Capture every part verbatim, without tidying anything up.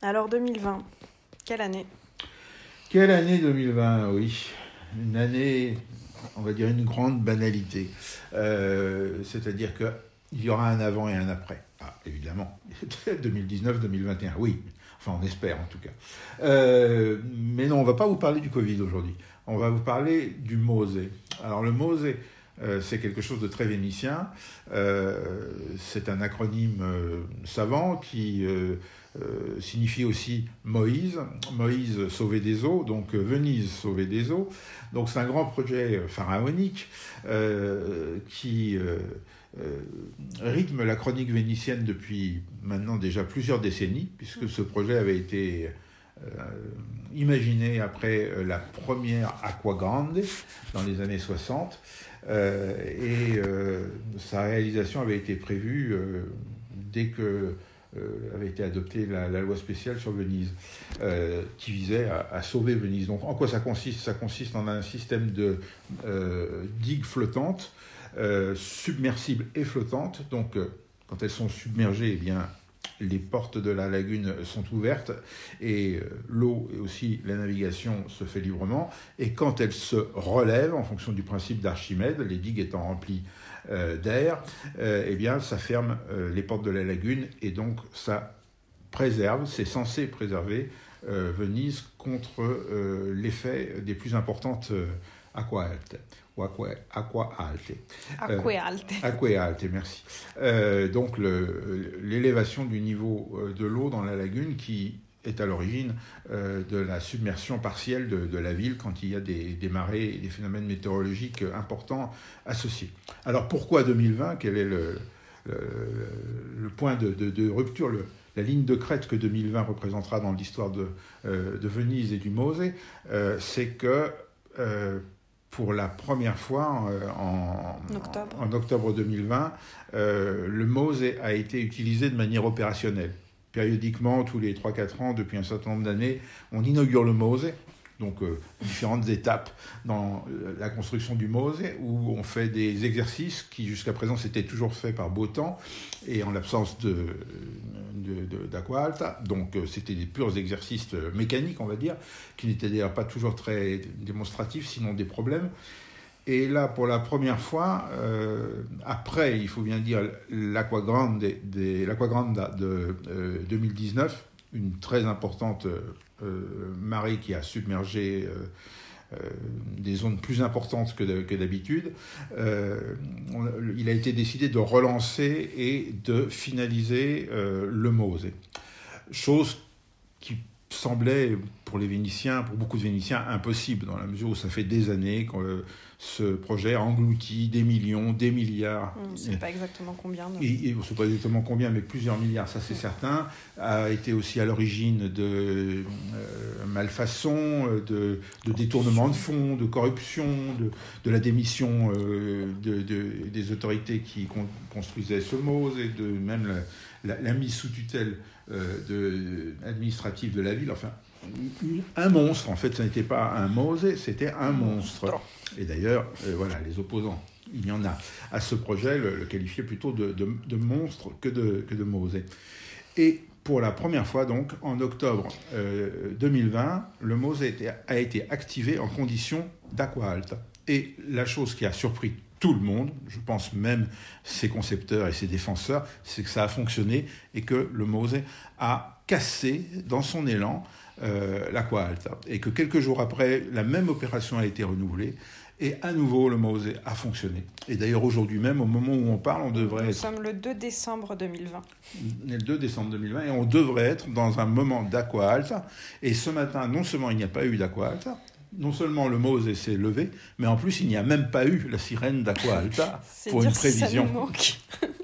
Alors deux mille vingt, quelle année ? Quelle année deux mille vingt, oui. Une année, on va dire une grande banalité. Euh, c'est-à-dire qu'il y aura un avant et un après. Ah, évidemment, deux mille dix-neuf deux mille vingt et un, oui. Enfin, on espère en tout cas. Euh, mais non, on ne va pas vous parler du Covid aujourd'hui. On va vous parler du Mosè. Alors le Mosè, euh, c'est quelque chose de très vénitien. Euh, c'est un acronyme euh, savant qui euh, euh, signifie aussi Moïse. Moïse sauvé des eaux, donc euh, Venise sauvée des eaux. Donc c'est un grand projet pharaonique euh, qui euh, euh, rythme la chronique vénitienne depuis maintenant déjà plusieurs décennies, puisque ce projet avait été euh, imaginé après euh, la première Acqua Grande dans les années soixante, euh, et euh, sa réalisation avait été prévue euh, dès que euh, avait été adoptée la, la loi spéciale sur Venise, euh, qui visait à, à sauver Venise. Donc en quoi ça consiste ? Ça consiste en un système de euh, digues flottantes, euh, submersibles et flottantes. Donc euh, quand elles sont submergées, eh bien, les portes de la lagune sont ouvertes et euh, l'eau et aussi la navigation se fait librement. Et quand elles se relèvent, en fonction du principe d'Archimède, les digues étant remplies euh, d'air, euh, eh bien, ça ferme euh, les portes de la lagune et donc ça préserve, c'est censé préserver euh, Venise contre euh, l'effet des plus importantes euh, acqua alte. Ou acqua, acqua alte. Acque alte. Euh, acque alte, merci. Euh, donc le, l'élévation du niveau de l'eau dans la lagune qui est à l'origine euh, de la submersion partielle de, de la ville quand il y a des, des marées et des phénomènes météorologiques importants associés. Alors pourquoi deux mille vingt ? Quel est le, le, le point de, de, de rupture, le, la ligne de crête que deux mille vingt représentera dans l'histoire de, euh, de Venise et du Mosè, euh, c'est que euh, pour la première fois, euh, en, octobre. en, en octobre deux mille vingt, euh, le Mosè a été utilisé de manière opérationnelle. Périodiquement, tous les trois à quatre ans, depuis un certain nombre d'années, on inaugure le Mosè, donc euh, différentes étapes dans la construction du Mosè, où on fait des exercices qui, jusqu'à présent, s'étaient toujours faits par beau temps, et en l'absence de, de, de, d'acqua alta. Donc, euh, c'était des purs exercices mécaniques, on va dire, qui n'étaient d'ailleurs pas toujours très démonstratifs, sinon des problèmes. Et là, pour la première fois, euh, après, il faut bien dire, l'Acqua Grande de, l'Acqua Grande de euh, deux mille dix-neuf, une très importante euh, marée qui a submergé euh, euh, des zones plus importantes que, de, que d'habitude, euh, on, il a été décidé de relancer et de finaliser euh, le Mosè. Chose qui semblait, pour les Vénitiens, pour beaucoup de Vénitiens, impossible, dans la mesure où ça fait des années que euh, ce projet a englouti des millions, des milliards. On ne sait pas exactement combien. Et, et, on ne sait pas exactement combien, mais plusieurs milliards, ça c'est mmh. certain. A été aussi à l'origine de euh, malfaçons, de, de détournement de fonds, de corruption, de, de la démission euh, de, de, des autorités qui con, construisaient ce Mosè, et de même la, la, la mise sous tutelle euh, de, administrative de la ville. Enfin, un monstre, en fait, ce n'était pas un Mosè, c'était un monstre. Et d'ailleurs, euh, voilà, les opposants, il y en a à ce projet, le, le qualifiaient plutôt de, de, de monstre que de, que de Mosè. Et pour la première fois, donc, en octobre euh, deux mille vingt, le Mosè a été, a été activé en condition d'acqua alta. Et la chose qui a surpris tout le monde, je pense même ses concepteurs et ses défenseurs, c'est que ça a fonctionné et que le Mosè a cassé dans son élan euh, l'Acqua Alta. Et que quelques jours après, la même opération a été renouvelée et à nouveau le Mosè a fonctionné. Et d'ailleurs aujourd'hui même, au moment où on parle, on devrait Nous être... sommes le deux décembre deux mille vingt. On est le deux décembre deux mille vingt et on devrait être dans un moment d'Acqua Alta. Et ce matin, non seulement il n'y a pas eu d'Acqua Alta, non seulement le Mosè s'est levé, mais en plus il n'y a même pas eu la sirène d'Acqua Alta pour une prévision. Si ça nous manque.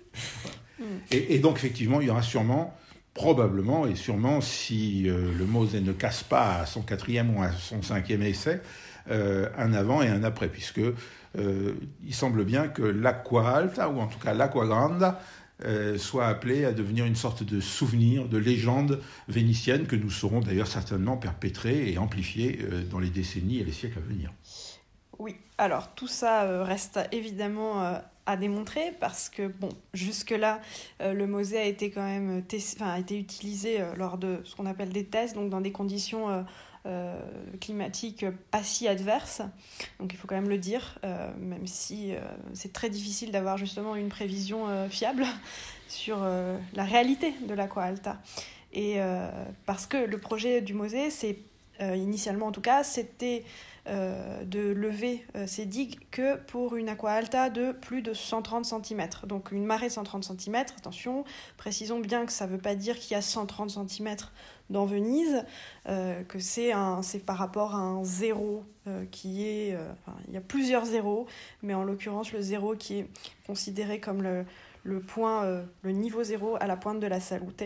et, et donc effectivement, il y aura sûrement, probablement et sûrement, si euh, le Mosè ne casse pas à son quatrième ou à son cinquième essai, euh, un avant et un après, puisque euh, il semble bien que l'Acqua Alta, ou en tout cas l'Acqua Grande, Euh, soit appelé à devenir une sorte de souvenir, de légende vénitienne que nous saurons d'ailleurs certainement perpétrer et amplifier euh, dans les décennies et les siècles à venir. Oui, alors tout ça euh, reste évidemment euh, à démontrer parce que, bon, jusque-là, euh, le MOSE a été quand même tes- enfin, a été utilisé euh, lors de ce qu'on appelle des tests, donc dans des conditions euh, euh, climatiques pas si adverses. Donc il faut quand même le dire, euh, même si euh, c'est très difficile d'avoir justement une prévision euh, fiable sur euh, la réalité de l'Aqua Alta. Et euh, parce que le projet du MOSE, c'est euh, initialement en tout cas, c'était euh, de lever euh, ces digues que pour une Aqua Alta de plus de cent trente centimètres. Donc une marée de cent trente centimètres, attention, précisons bien que ça ne veut pas dire qu'il y a cent trente centimètres dans Venise, euh, que c'est, un, c'est par rapport à un zéro euh, qui est... Euh, enfin, il y a plusieurs zéros, mais en l'occurrence le zéro qui est considéré comme le, le point, euh, le niveau zéro à la pointe de la Salute.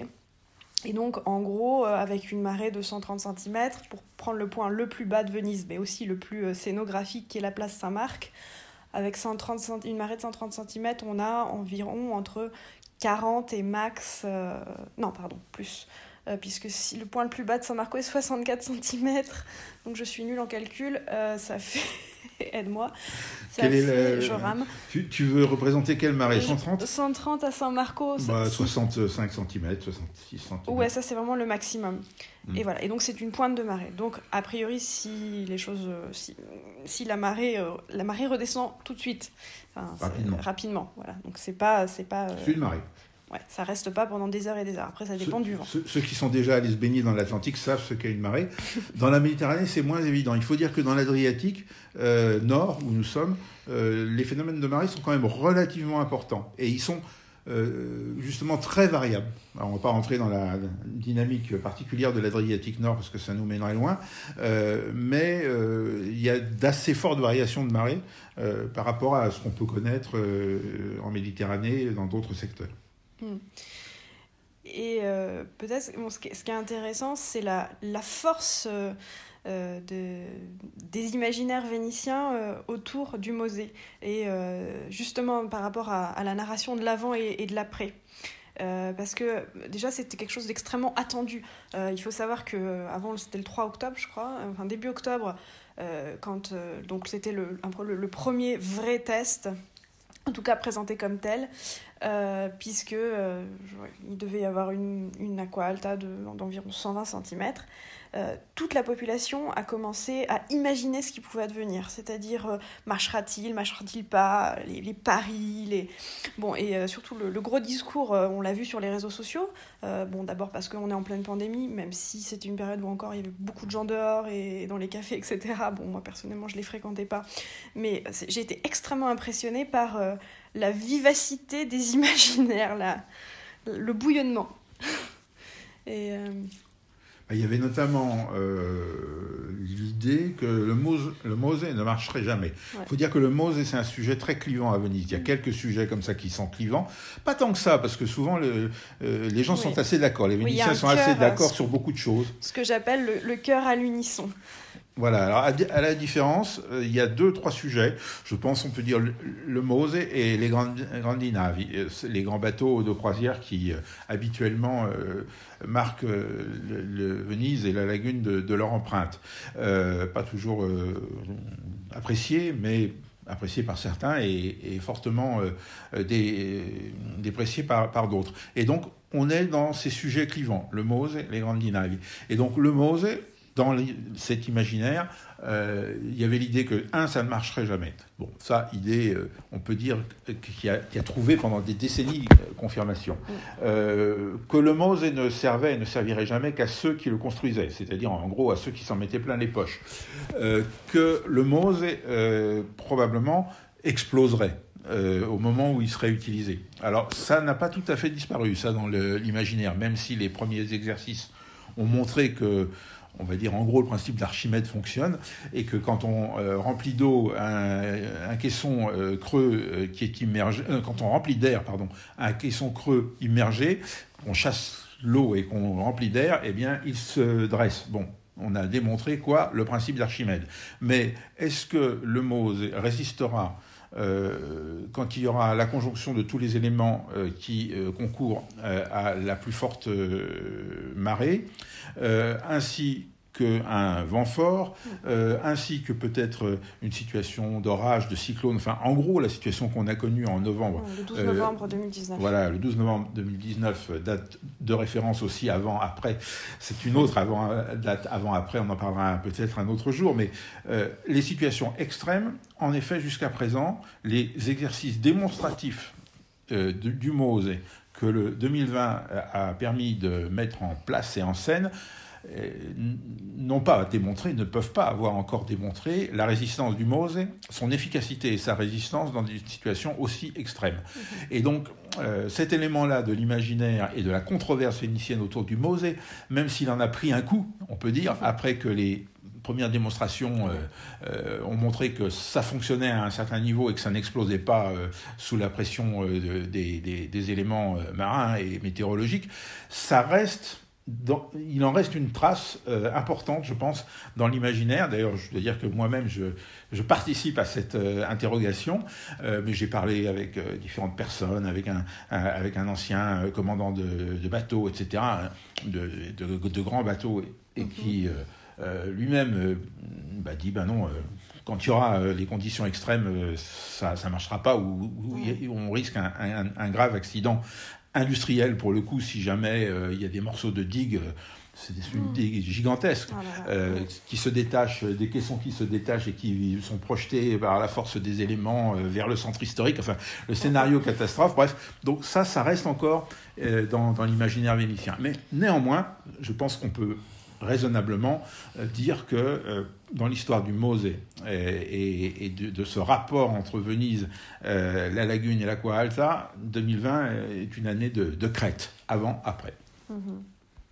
Et donc, en gros, euh, avec une marée de cent trente centimètres, pour prendre le point le plus bas de Venise, mais aussi le plus euh, scénographique, qui est la place Saint-Marc, avec cent trente centi- une marée de cent trente centimètres, on a environ entre quarante et max... Euh, non, pardon, plus. Euh, puisque si le point le plus bas de San Marco est soixante-quatre centimètres, donc je suis nulle en calcul, euh, ça fait... Aide-moi. Ça Quel est fait... le... Je rame. Tu, tu veux représenter quelle marée ? cent trente ? cent trente à San Marco. Bah, ça... soixante-cinq centimètres, soixante-six centimètres. Ouais, ça c'est vraiment le maximum. Mm. Et voilà. Et donc c'est une pointe de marée. Donc a priori, si les choses, si, si la marée, euh, la marée redescend tout de suite, enfin, rapidement. Rapidement. Voilà. Donc c'est pas, c'est pas. Euh... C'est une marée. Ouais, ça reste pas pendant des heures et des heures. Après, ça dépend ceux, du vent. Ceux, ceux qui sont déjà allés se baigner dans l'Atlantique savent ce qu'est une marée. Dans la Méditerranée, c'est moins évident. Il faut dire que dans l'Adriatique euh, Nord, où nous sommes, euh, les phénomènes de marée sont quand même relativement importants. Et ils sont euh, justement très variables. Alors, on ne va pas rentrer dans la dynamique particulière de l'Adriatique Nord, parce que ça nous mènerait loin. Euh, mais euh, il y a d'assez fortes variations de marée euh, par rapport à ce qu'on peut connaître euh, en Méditerranée et dans d'autres secteurs. Hmm. Et euh, peut-être, bon, ce, qui est, ce qui est intéressant, c'est la, la force euh, euh, de, des imaginaires vénitiens euh, autour du MOSE. Et euh, justement, par rapport à, à la narration de l'avant et, et de l'après. Euh, parce que déjà c'était quelque chose d'extrêmement attendu. Euh, il faut savoir que avant c'était le trois octobre, je crois, enfin début octobre, euh, quand euh, donc c'était le, un peu le, le premier vrai test. En tout cas présenté comme tel, euh, puisque euh, il devait y avoir une, une Aqua Alta de, d'environ cent vingt centimètres. Euh, toute la population a commencé à imaginer ce qui pouvait advenir, c'est-à-dire euh, marchera-t-il, marchera-t-il pas, les, les paris, les... Bon, et euh, surtout le, le gros discours, euh, on l'a vu sur les réseaux sociaux, euh, bon, d'abord parce qu'on est en pleine pandémie, même si c'était une période où encore il y avait beaucoup de gens dehors et dans les cafés, et cetera. Bon, moi personnellement je les fréquentais pas, mais j'ai été extrêmement impressionnée par euh, la vivacité des imaginaires, la, le bouillonnement. Et... Euh... Il y avait notamment euh, l'idée que le MOSE, le MOSE ne marcherait jamais. Il ouais. faut dire que le MOSE, c'est un sujet très clivant à Venise. Il y a mmh. quelques sujets comme ça qui sont clivants. Pas tant que ça, parce que souvent, le, euh, les gens oui. sont assez d'accord. Les Vénitiens oui, sont cœur, assez d'accord euh, sur beaucoup de choses. Ce que j'appelle le, le cœur à l'unisson. Voilà, alors à, à la différence, euh, il y a deux, trois sujets. Je pense on peut dire le, le MOSE et les grandes, grandes navi, les grands bateaux de croisière qui euh, habituellement euh, marquent euh, le, le Venise et la lagune de, de leur empreinte. Euh, pas toujours euh, appréciés, mais appréciés par certains et, et fortement euh, dé, dépréciés par, par d'autres. Et donc, on est dans ces sujets clivants, le MOSE et les grandes navi. Et donc, le MOSE... Dans cet imaginaire, euh, il y avait l'idée que, un, ça ne marcherait jamais. Bon, ça, idée, euh, on peut dire, qui a, qui a trouvé pendant des décennies euh, confirmation. Euh, que le MOSE ne servait et ne servirait jamais qu'à ceux qui le construisaient, c'est-à-dire, en gros, à ceux qui s'en mettaient plein les poches. Euh, que le MOSE, euh, probablement, exploserait. Euh, au moment où il serait utilisé. Alors, ça n'a pas tout à fait disparu, ça, dans le, l'imaginaire, même si les premiers exercices ont montré que, on va dire en gros le principe d'Archimède fonctionne et que quand on euh, remplit d'eau un, un caisson euh, creux euh, qui est immergé, euh, quand on remplit d'air pardon un caisson creux immergé, on chasse l'eau et qu'on remplit d'air, eh bien il se dresse. Bon, on a démontré quoi, le principe d'Archimède. Mais est-ce que le MOSE résistera Euh, quand il y aura la conjonction de tous les éléments euh, qui euh, concourent euh, à la plus forte euh, marée, euh, ainsi qu'un vent fort, euh, ainsi que peut-être une situation d'orage, de cyclone, enfin en gros la situation qu'on a connue en novembre. Le douze novembre deux mille dix-neuf. Voilà, le douze novembre deux mille dix-neuf, date de référence aussi avant-après. C'est une autre avant, date avant-après, on en parlera peut-être un autre jour, mais euh, les situations extrêmes, en effet, jusqu'à présent, les exercices démonstratifs euh, du, du MOSE que le deux mille vingt a permis de mettre en place et en scène, n'ont pas démontré, ne peuvent pas avoir encore démontré la résistance du MOSE, son efficacité et sa résistance dans des situations aussi extrêmes. Mmh. Et donc, euh, cet élément-là de l'imaginaire et de la controverse vénitienne autour du MOSE, même s'il en a pris un coup, on peut dire, après que les premières démonstrations euh, euh, ont montré que ça fonctionnait à un certain niveau et que ça n'explosait pas euh, sous la pression euh, de, des, des, des éléments euh, marins et météorologiques, ça reste... Dans, il en reste une trace euh, importante, je pense, dans l'imaginaire. D'ailleurs, je dois dire que moi-même, je, je participe à cette euh, interrogation, euh, mais j'ai parlé avec euh, différentes personnes, avec un, un, avec un ancien euh, commandant de, de bateau, et cetera, de, de, de grands bateaux, et, et mm-hmm. qui euh, euh, lui-même euh, bah, dit, ben non... Euh, quand il y aura euh, les conditions extrêmes, euh, ça ne marchera pas, ou, ou mm. on risque un, un, un grave accident industriel, pour le coup, si jamais euh, il y a des morceaux de digues, euh, c'est des mmh. digues gigantesques, oh là là. Euh, qui se détachent, des caissons qui se détachent et qui sont projetés par la force des éléments euh, vers le centre historique, enfin, le scénario mmh. catastrophe, bref. Donc ça, ça reste encore euh, dans, dans l'imaginaire vénitien. Mais néanmoins, je pense qu'on peut raisonnablement euh, dire que euh, dans l'histoire du MOSE et, et, et de, de ce rapport entre Venise, euh, la lagune et l'Acqua Alta, deux mille vingt est une année de, de crête, avant, après. Mmh.